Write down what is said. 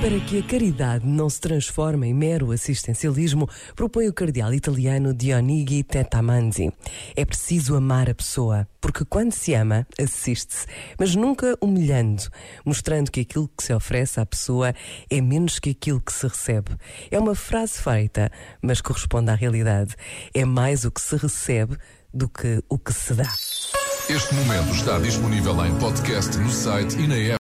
Para que a caridade não se transforme em mero assistencialismo, propõe o cardeal italiano Dionigi Tettamanzi. É preciso amar a pessoa, porque quando se ama, assiste-se, mas nunca humilhando, mostrando que aquilo que se oferece à pessoa é menos que aquilo que se recebe. É uma frase feita, mas corresponde à realidade. É mais o que se recebe do que o que se dá. Este momento está disponível em podcast no site e na app.